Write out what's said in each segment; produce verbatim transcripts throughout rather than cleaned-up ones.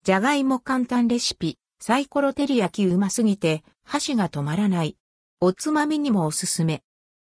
じゃがいも簡単レシピ、サイコロ照り焼きうますぎて、箸が止まらない。おつまみにもおすすめ。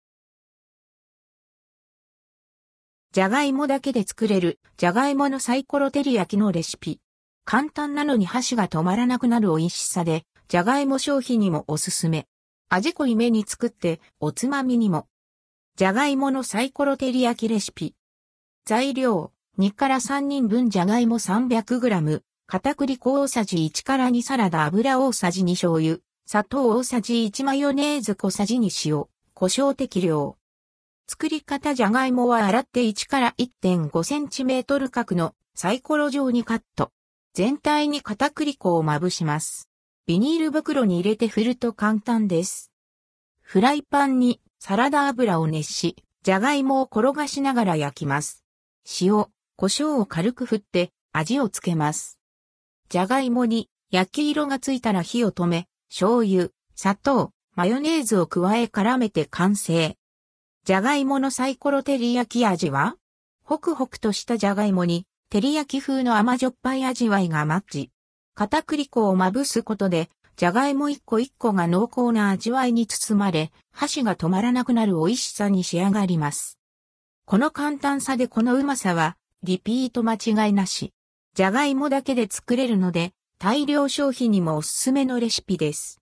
じゃがいもだけで作れる、じゃがいものサイコロ照り焼きのレシピ。簡単なのに箸が止まらなくなる美味しさで、じゃがいも消費にもおすすめ。味濃いめに作って、おつまみにも。じゃがいものサイコロ照り焼きレシピ。材料、にからさんにんぶんじゃがいも さんびゃくグラム、片栗粉大さじいちからにサラダ油大さじに醤油、砂糖大さじいちマヨネーズ小さじに塩、胡椒適量。作り方じゃがいもは洗っていちからいってんごセンチメートル角のサイコロ状にカット。全体に片栗粉をまぶします。ビニール袋に入れて振ると簡単です。フライパンにサラダ油を熱し、じゃがいもを転がしながら焼きます。塩、胡椒を軽く振って味をつけます。じゃがいもに焼き色がついたら火を止め、醤油、砂糖、マヨネーズを加え絡めて完成。じゃがいものサイコロ照り焼き味はホクホクとしたじゃがいもに照り焼き風の甘じょっぱい味わいがマッチ。片栗粉をまぶすことでじゃがいも一個一個が濃厚な味わいに包まれ箸が止まらなくなる美味しさに仕上がります。この簡単さでこのうまさはリピート間違いなし。じゃがいもだけで作れるので大量消費にもおすすめのレシピです。